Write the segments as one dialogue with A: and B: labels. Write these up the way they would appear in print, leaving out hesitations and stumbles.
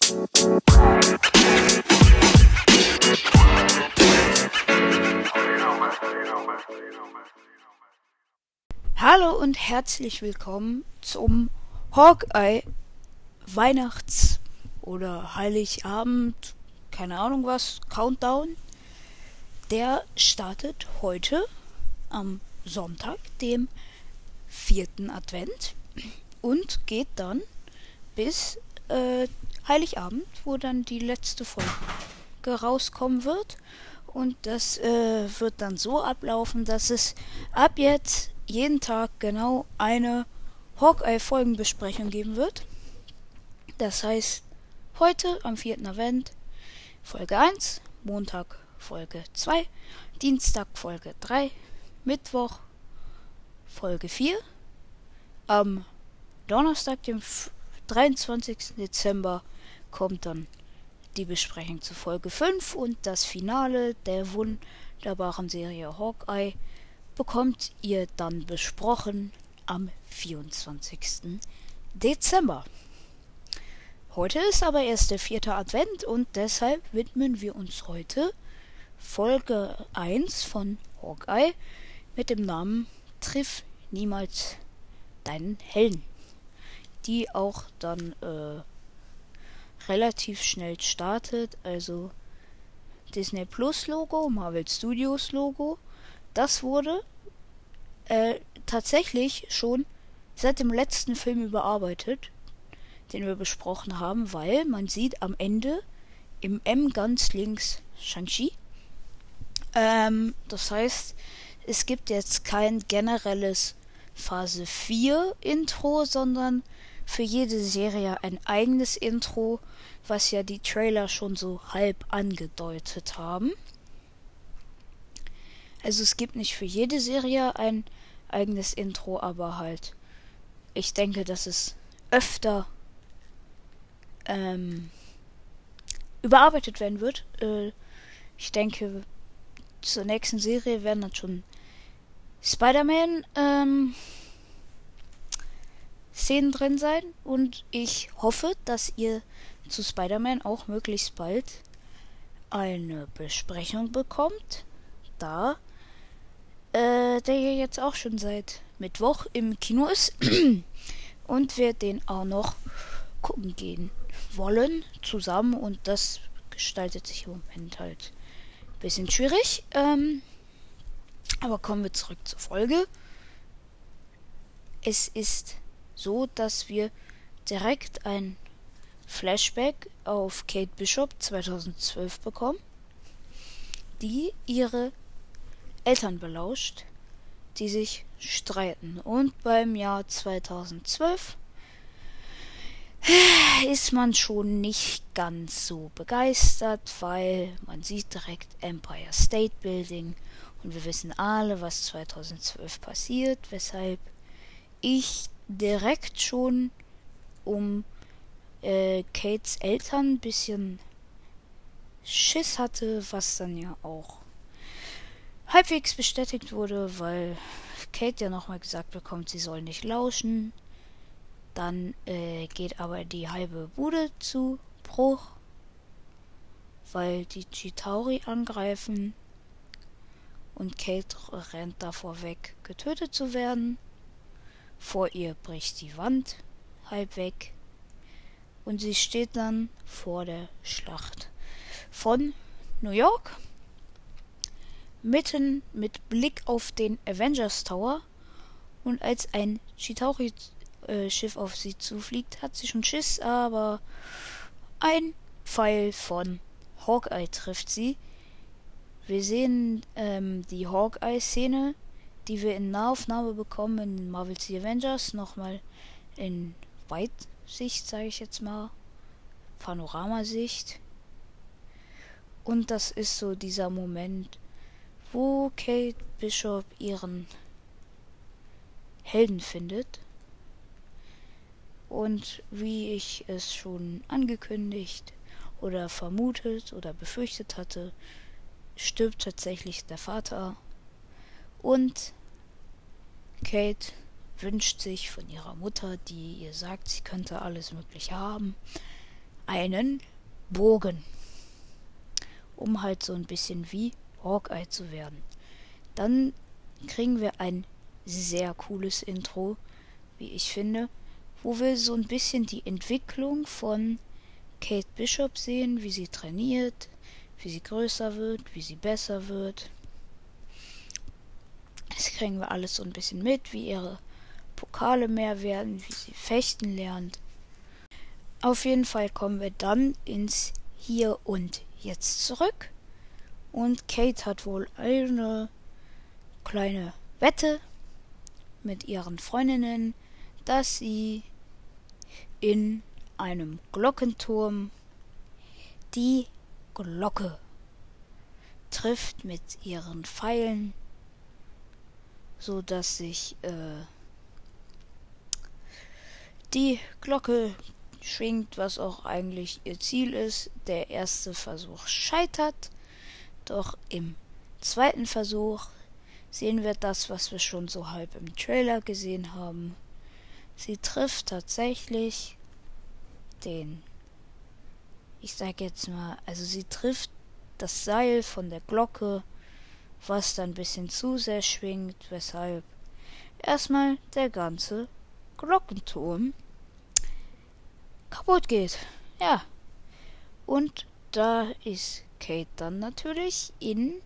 A: Hallo und herzlich willkommen zum Hawkeye Weihnachts- oder Heiligabend, keine Ahnung was, Countdown. Der startet heute am Sonntag, dem 4. Advent und geht dann bis Heiligabend, wo dann die letzte Folge rauskommen wird. Und das wird dann so ablaufen, dass es ab jetzt jeden Tag genau eine Hawkeye-Folgenbesprechung geben wird. Das heißt, heute am 4. Advent Folge 1, Montag Folge 2, Dienstag Folge 3, Mittwoch Folge 4, am Donnerstag, dem 23. Dezember, kommt dann die Besprechung zu Folge 5 und das Finale der wunderbaren Serie Hawkeye bekommt ihr dann besprochen am 24. Dezember. Heute ist aber erst der 4. Advent und deshalb widmen wir uns heute Folge 1 von Hawkeye mit dem Namen Triff niemals deinen Helden, die auch dann relativ schnell startet. Also Disney Plus Logo, Marvel Studios Logo, das wurde tatsächlich schon seit dem letzten Film überarbeitet, den wir besprochen haben, weil man sieht am Ende im M ganz links Shang-Chi. Das heißt, es gibt jetzt kein generelles Phase 4 Intro, sondern für jede Serie ein eigenes Intro, was ja die Trailer schon so halb angedeutet haben. Also es gibt nicht für jede Serie ein eigenes Intro, aber halt, ich denke, dass es öfter überarbeitet werden wird. Ich denke, zur nächsten Serie werden dann schon Spider-Man Szenen drin sein und ich hoffe, dass ihr zu Spider-Man auch möglichst bald eine Besprechung bekommt, da der ja jetzt auch schon seit Mittwoch im Kino ist und wir den auch noch gucken gehen wollen zusammen und das gestaltet sich im Moment halt ein bisschen schwierig. Aber kommen wir zurück zur Folge. Es ist so, dass wir direkt ein Flashback auf Kate Bishop 2012 bekommen, die ihre Eltern belauscht, die sich streiten. Und beim Jahr 2012 ist man schon nicht ganz so begeistert, weil man sieht direkt Empire State Building und wir wissen alle, was 2012 passiert, weshalb ich direkt schon um Kates Eltern ein bisschen Schiss hatte, was dann ja auch halbwegs bestätigt wurde, weil Kate ja nochmal gesagt bekommt, sie soll nicht lauschen. Dann geht aber die halbe Bude zu Bruch, weil die Chitauri angreifen und Kate rennt davor weg, getötet zu werden. Vor ihr bricht die Wand halb weg und sie steht dann vor der Schlacht von New York, mitten mit Blick auf den Avengers Tower, und als ein Chitauri Schiff auf sie zufliegt, hat sie schon Schiss, aber ein Pfeil von Hawkeye trifft sie. Wir sehen die Hawkeye-Szene, die wir in Nahaufnahme bekommen in Marvel's The Avengers, nochmal in Weitsicht, sage ich jetzt mal, Panoramasicht. Und das ist so dieser Moment, wo Kate Bishop ihren Helden findet. Und wie ich es schon angekündigt oder vermutet oder befürchtet hatte, stirbt tatsächlich der Vater. Und Kate wünscht sich von ihrer Mutter, die ihr sagt, sie könnte alles Mögliche haben, einen Bogen, um halt so ein bisschen wie Hawkeye zu werden. Dann kriegen wir ein sehr cooles Intro, wie ich finde, wo wir so ein bisschen die Entwicklung von Kate Bishop sehen, wie sie trainiert, wie sie größer wird, wie sie besser wird. Das kriegen wir alles so ein bisschen mit, wie ihre Pokale mehr werden, wie sie fechten lernt. Auf jeden Fall kommen wir dann ins Hier und Jetzt zurück. Und Kate hat wohl eine kleine Wette mit ihren Freundinnen, dass sie in einem Glockenturm die Glocke trifft mit ihren Pfeilen, so dass sich die Glocke schwingt, was auch eigentlich ihr Ziel ist. Der erste Versuch scheitert, doch im zweiten Versuch sehen wir das, was wir schon so halb im Trailer gesehen haben. Sie trifft tatsächlich sie trifft das Seil von der Glocke, was dann ein bisschen zu sehr schwingt, weshalb erstmal der ganze Glockenturm kaputt geht. Ja. Und da ist Kate dann natürlich in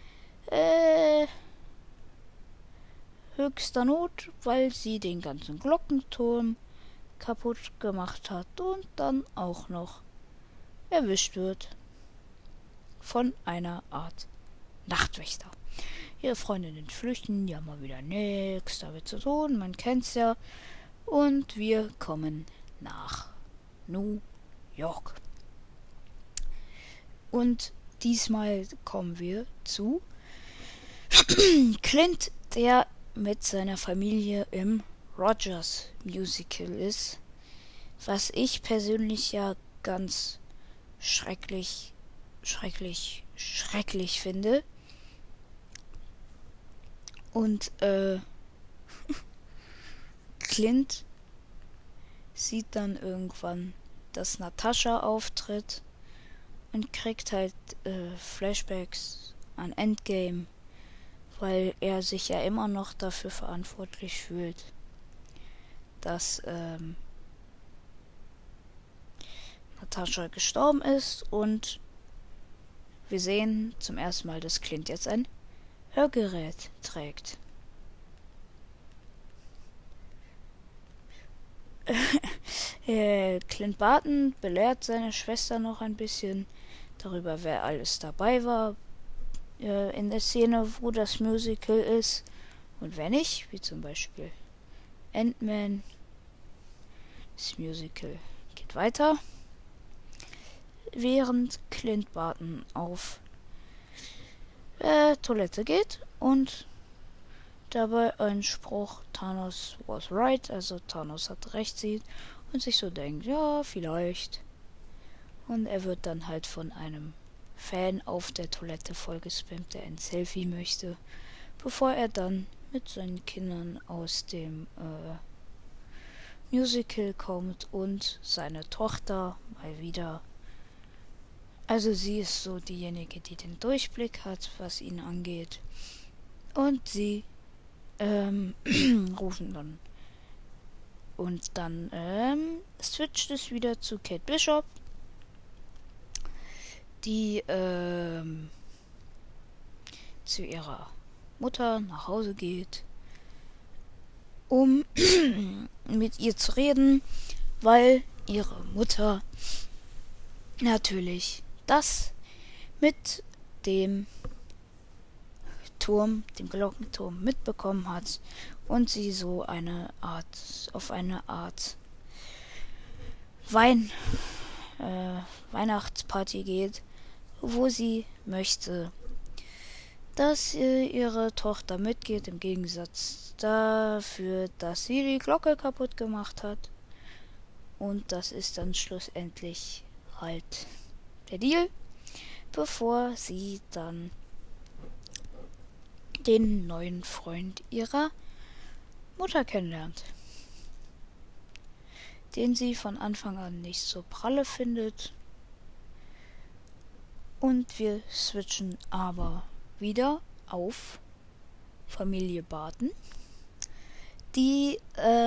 A: höchster Not, weil sie den ganzen Glockenturm kaputt gemacht hat und dann auch noch erwischt wird von einer Art Nachtwächter. Ihre Freundinnen flüchten, die haben mal wieder nichts damit zu tun, man kennt's ja. Und wir kommen nach New York. Und diesmal kommen wir zu Clint, der mit seiner Familie im Rogers Musical ist, was ich persönlich ja ganz schrecklich finde. Und Clint sieht dann irgendwann, dass Natascha auftritt und kriegt halt Flashbacks an Endgame, weil er sich ja immer noch dafür verantwortlich fühlt, dass Natascha gestorben ist, und wir sehen zum ersten Mal, dass Clint jetzt ein Hörgerät trägt. Clint Barton belehrt seine Schwester noch ein bisschen darüber, wer alles dabei war in der Szene, wo das Musical ist und wer nicht, wie zum Beispiel Ant-Man. Das Musical geht weiter, während Clint Barton auf Toilette geht und dabei einen Spruch Thanos was right, also Thanos hat recht, sieht und sich so denkt, ja, vielleicht. Und er wird dann halt von einem Fan auf der Toilette vollgespammt, der ein Selfie möchte, bevor er dann mit seinen Kindern aus dem Musical kommt und seine Tochter mal wieder. Also sie ist so diejenige, die den Durchblick hat, was ihn angeht. Und sie rufen dann. Und dann switcht es wieder zu Kate Bishop, die zu ihrer Mutter nach Hause geht, um mit ihr zu reden, weil ihre Mutter natürlich das mit dem Turm, dem Glockenturm, mitbekommen hat und sie so auf eine Art Weihnachtsparty geht, wo sie möchte, dass ihre Tochter mitgeht, im Gegensatz dafür, dass sie die Glocke kaputt gemacht hat. Und das ist dann schlussendlich halt der Deal, bevor sie dann den neuen Freund ihrer Mutter kennenlernt. den sie von Anfang an nicht so pralle findet. Und wir switchen aber wieder auf Familie Barton, die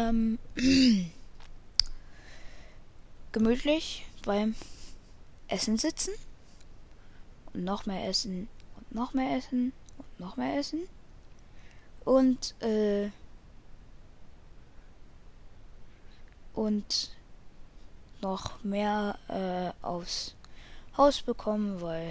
A: gemütlich beim Essen sitzen und noch mehr essen und noch mehr essen und noch mehr essen und noch mehr aufs Haus bekommen, weil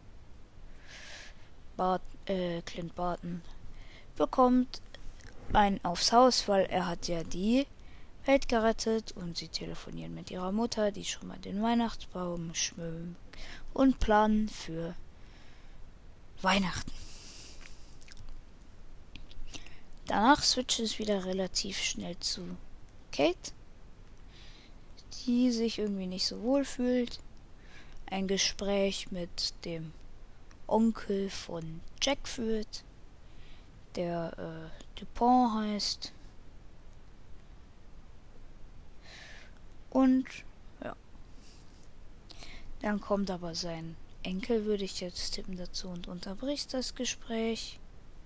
A: Clint Barton bekommt einen aufs Haus, weil er hat ja die Welt gerettet, und sie telefonieren mit ihrer Mutter, die schon mal den Weihnachtsbaum schmücken und planen für Weihnachten. Danach switcht es wieder relativ schnell zu Kate, die sich irgendwie nicht so wohl fühlt. Ein Gespräch mit dem Onkel von Jack führt, der Dupont heißt. Und ja. Dann kommt aber sein Enkel, würde ich jetzt tippen, dazu und unterbricht das Gespräch.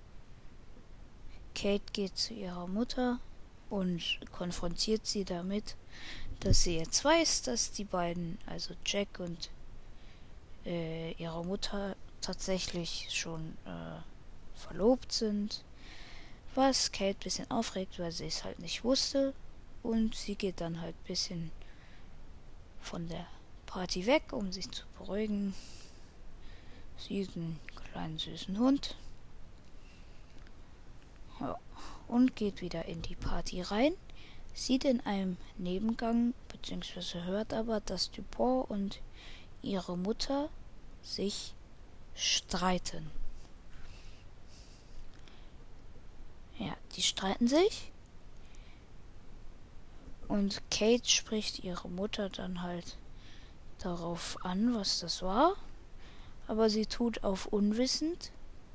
A: Kate geht zu ihrer Mutter und konfrontiert sie damit, dass sie jetzt weiß, dass die beiden, also Jack und ihre Mutter, tatsächlich schon verlobt sind. Was Kate ein bisschen aufregt, weil sie es halt nicht wusste. Und sie geht dann halt ein bisschen von der Party weg, um sich zu beruhigen. Sieht einen kleinen süßen Hund. Ja. Und geht wieder in die Party rein. Sieht in einem Nebengang, beziehungsweise hört aber, dass Dupont und ihre Mutter sich streiten. Ja, die streiten sich. Und Kate spricht ihre Mutter dann halt darauf an, was das war. Aber sie tut auf unwissend.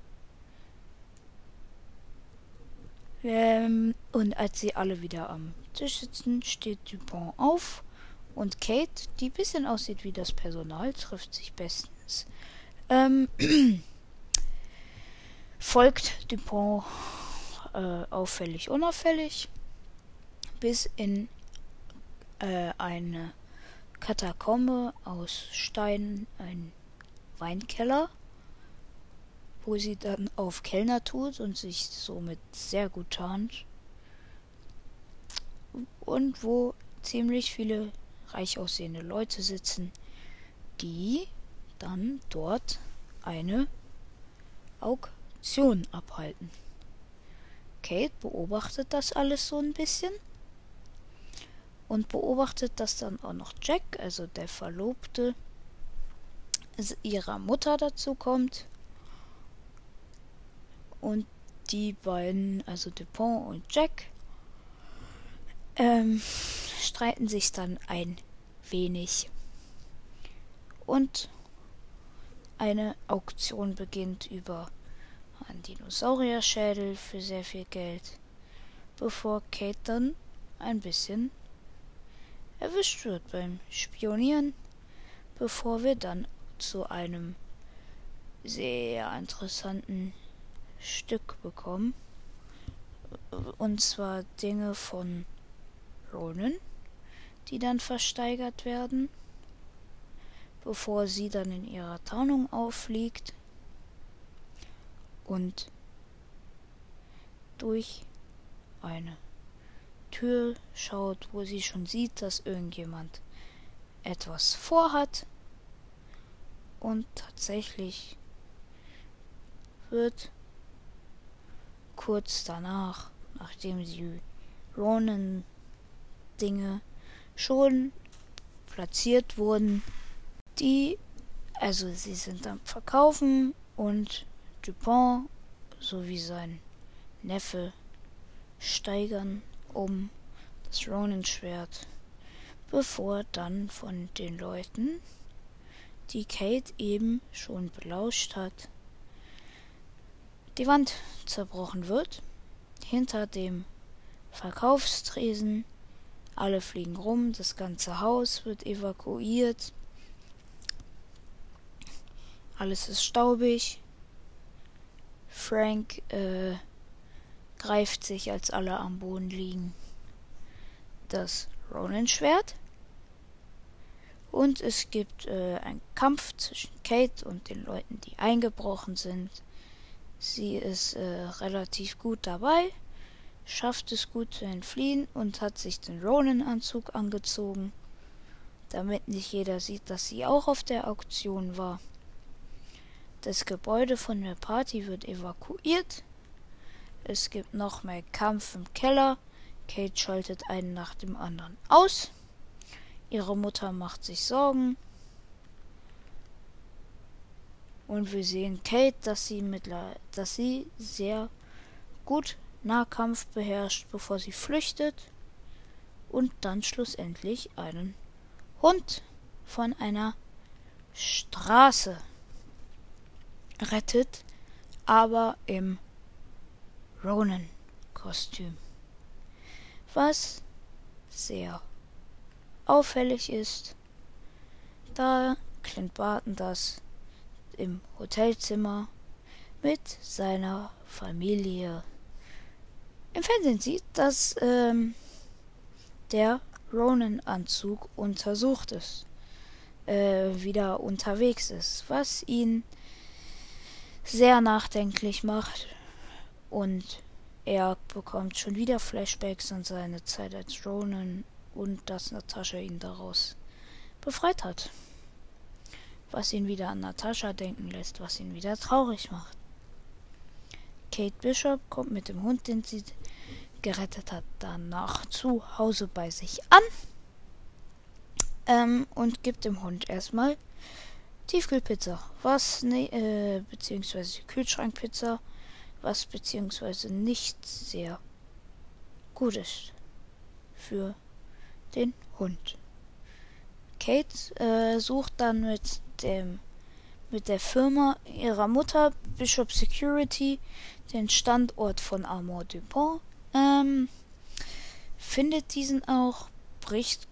A: Und als sie alle wieder am Tisch sitzen, steht Dupont auf. Und Kate, die ein bisschen aussieht wie das Personal, trifft sich bestens. Folgt Dupont auffällig unauffällig bis in eine Katakombe aus Stein, ein Weinkeller, wo sie dann auf Kellner tut und sich somit sehr gut tarnt. Und wo ziemlich viele reich aussehende Leute sitzen, die dann dort eine Auktion abhalten. Kate beobachtet das alles so ein bisschen und beobachtet, dass dann auch noch Jack, also der Verlobte ihrer Mutter, dazu kommt. Und die beiden, also Dupont und Jack, streiten sich dann ein wenig. Und eine Auktion beginnt über einen Dinosaurierschädel für sehr viel Geld, bevor Kate dann ein bisschen erwischt wird beim Spionieren, bevor wir dann zu einem sehr interessanten Stück bekommen. Und zwar Dinge von Ronan, die dann versteigert werden, bevor sie dann in ihrer Tarnung auffliegt und durch eine Tür schaut, wo sie schon sieht, dass irgendjemand etwas vorhat. Und tatsächlich wird kurz danach, nachdem die Ronan Dinge schon platziert wurden, also sie sind am Verkaufen, und Dupont sowie sein Neffe steigern um das Ronin-Schwert, bevor dann von den Leuten, die Kate eben schon belauscht hat, die Wand zerbrochen wird. Hinter dem Verkaufstresen Alle fliegen rum, das ganze Haus wird evakuiert. Alles ist staubig. Frank greift sich, als alle am Boden liegen, das Ronin-Schwert. Und es gibt einen Kampf zwischen Kate und den Leuten, die eingebrochen sind. Sie ist relativ gut dabei, schafft es gut zu entfliehen und hat sich den Ronin-Anzug angezogen, damit nicht jeder sieht, dass sie auch auf der Auktion war. Das Gebäude von der Party wird evakuiert. Es gibt noch mehr Kampf im Keller. Kate schaltet einen nach dem anderen aus. Ihre Mutter macht sich Sorgen. Und wir sehen Kate, dass sie sehr gut Nahkampf beherrscht, bevor sie flüchtet. Und dann schlussendlich einen Hund von einer Straße rettet, aber im Ronin-Kostüm. Was sehr auffällig ist, da Clint Barton das im Hotelzimmer mit seiner Familie im Fernsehen sieht, dass der Ronin-Anzug untersucht ist, wieder unterwegs ist, was ihn sehr nachdenklich macht, und er bekommt schon wieder Flashbacks an seine Zeit als Ronin und dass Natascha ihn daraus befreit hat. Was ihn wieder an Natascha denken lässt, was ihn wieder traurig macht. Kate Bishop kommt mit dem Hund, den sie gerettet hat, danach zu Hause bei sich an und gibt dem Hund erstmal Tiefkühlpizza, beziehungsweise Kühlschrankpizza, was beziehungsweise nicht sehr gut ist für den Hund. Kate sucht dann mit der Firma ihrer Mutter, Bishop Security, den Standort von Armand Dupont, findet diesen auch, bricht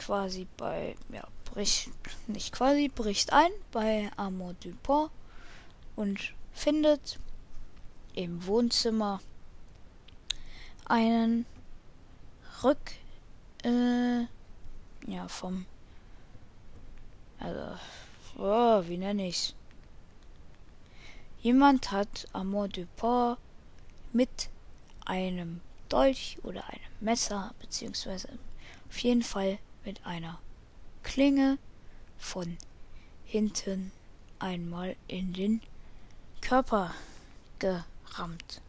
A: ein bei Armand Dupont und findet im Wohnzimmer einen wie nenne ich's? Jemand hat Armand Dupont mit einem Dolch oder einem Messer, beziehungsweise auf jeden Fall mit einer Klinge von hinten einmal in den Körper gerammt,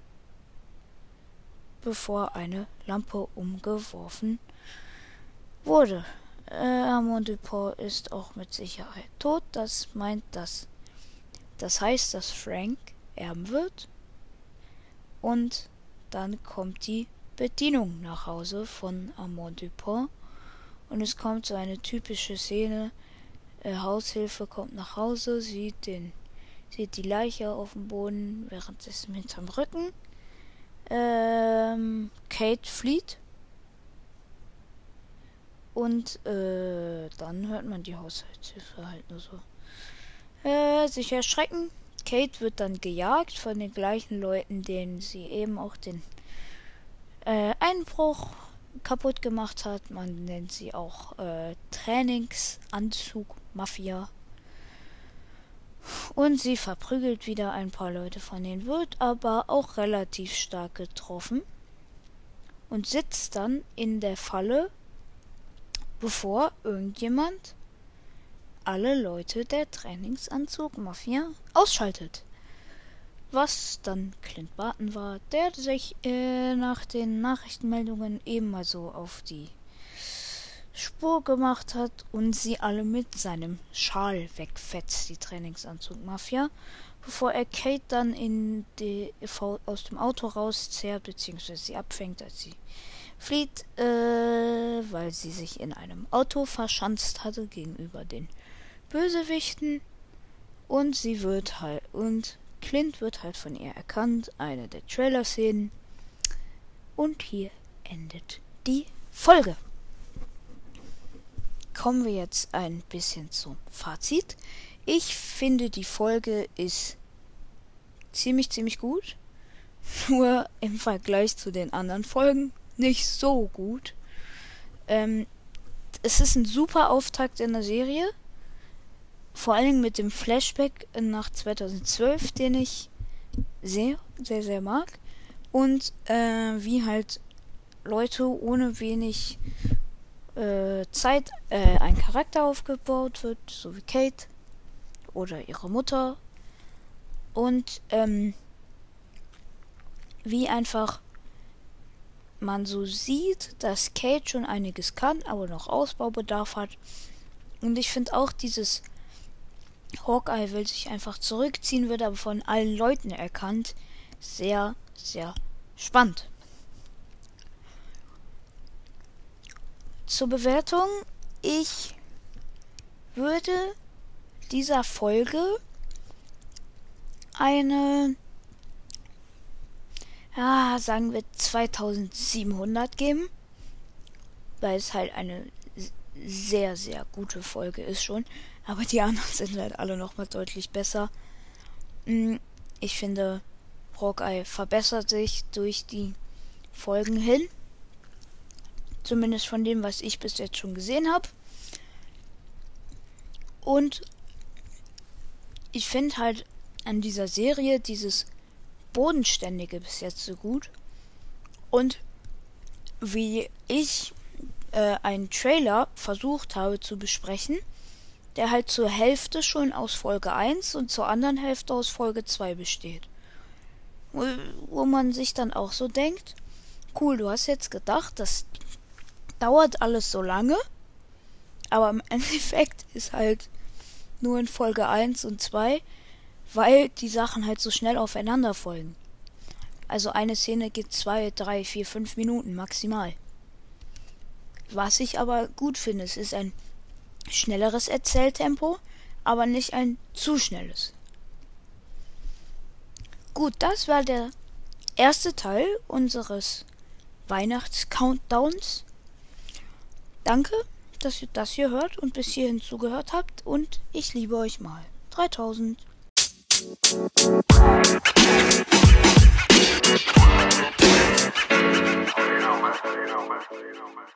A: bevor eine Lampe umgeworfen wurde. Armand Dupont ist auch mit Sicherheit tot. Das heißt, dass Frank erben wird. Und dann kommt die Bedienung nach Hause von Armand Dupont. Und es kommt so eine typische Szene. Haushilfe kommt nach Hause, sieht die Leiche auf dem Boden, währenddessen hinterm Rücken. Kate flieht. Und dann hört man die Haushaltshilfe halt nur so sich erschrecken. Kate wird dann gejagt von den gleichen Leuten, denen sie eben auch den Einbruch kaputt gemacht hat. Man nennt sie auch Trainingsanzug-Mafia. Und sie verprügelt wieder ein paar Leute von denen, wird aber auch relativ stark getroffen und sitzt dann in der Falle, bevor irgendjemand alle Leute der Trainingsanzug-Mafia ausschaltet. Was dann Clint Barton war, der sich nach den Nachrichtenmeldungen eben mal so auf die Spur gemacht hat und sie alle mit seinem Schal wegfetzt, die Trainingsanzug-Mafia, bevor er Kate dann aus dem Auto rauszerrt, beziehungsweise sie abfängt, als sie flieht, weil sie sich in einem Auto verschanzt hatte gegenüber den Bösewichten, und Clint wird halt von ihr erkannt, eine der Trailer-Szenen, und hier endet die Folge. kommen wir jetzt ein bisschen zum Fazit. Ich finde, die Folge ist ziemlich gut. Nur im Vergleich zu den anderen Folgen nicht so gut. Es ist ein super Auftakt in der Serie. Vor allem mit dem Flashback nach 2012, den ich sehr mag. Und wie halt Leute ohne wenig Zeit ein Charakter aufgebaut wird, so wie Kate oder ihre Mutter. Und wie einfach man so sieht, dass Kate schon einiges kann, aber noch Ausbaubedarf hat. Und ich finde auch dieses Hawkeye will sich einfach zurückziehen, wird aber von allen Leuten erkannt. Sehr spannend. Zur Bewertung. Ich würde dieser Folge eine, sagen wir 2700 geben, weil es halt eine sehr gute Folge ist schon, aber die anderen sind halt alle nochmal deutlich besser. Ich finde, Hawkeye verbessert sich durch die Folgen hin, zumindest von dem, was ich bis jetzt schon gesehen habe. Und ich finde halt an dieser Serie dieses Bodenständige bis jetzt so gut. Und wie ich einen Trailer versucht habe zu besprechen, der halt zur Hälfte schon aus Folge 1 und zur anderen Hälfte aus Folge 2 besteht. Wo man sich dann auch so denkt, cool, du hast jetzt gedacht, das dauert alles so lange, aber im Endeffekt ist halt nur in Folge 1 und 2, weil die Sachen halt so schnell aufeinander folgen. Also eine Szene geht 2, 3, 4, 5 Minuten maximal. Was ich aber gut finde, es ist ein schnelleres Erzähltempo, aber nicht ein zu schnelles. Gut, das war der erste Teil unseres Weihnachts-Countdowns. Danke, dass ihr das hier hört und bis hierhin zugehört habt und ich liebe euch mal. 3000. You know, man.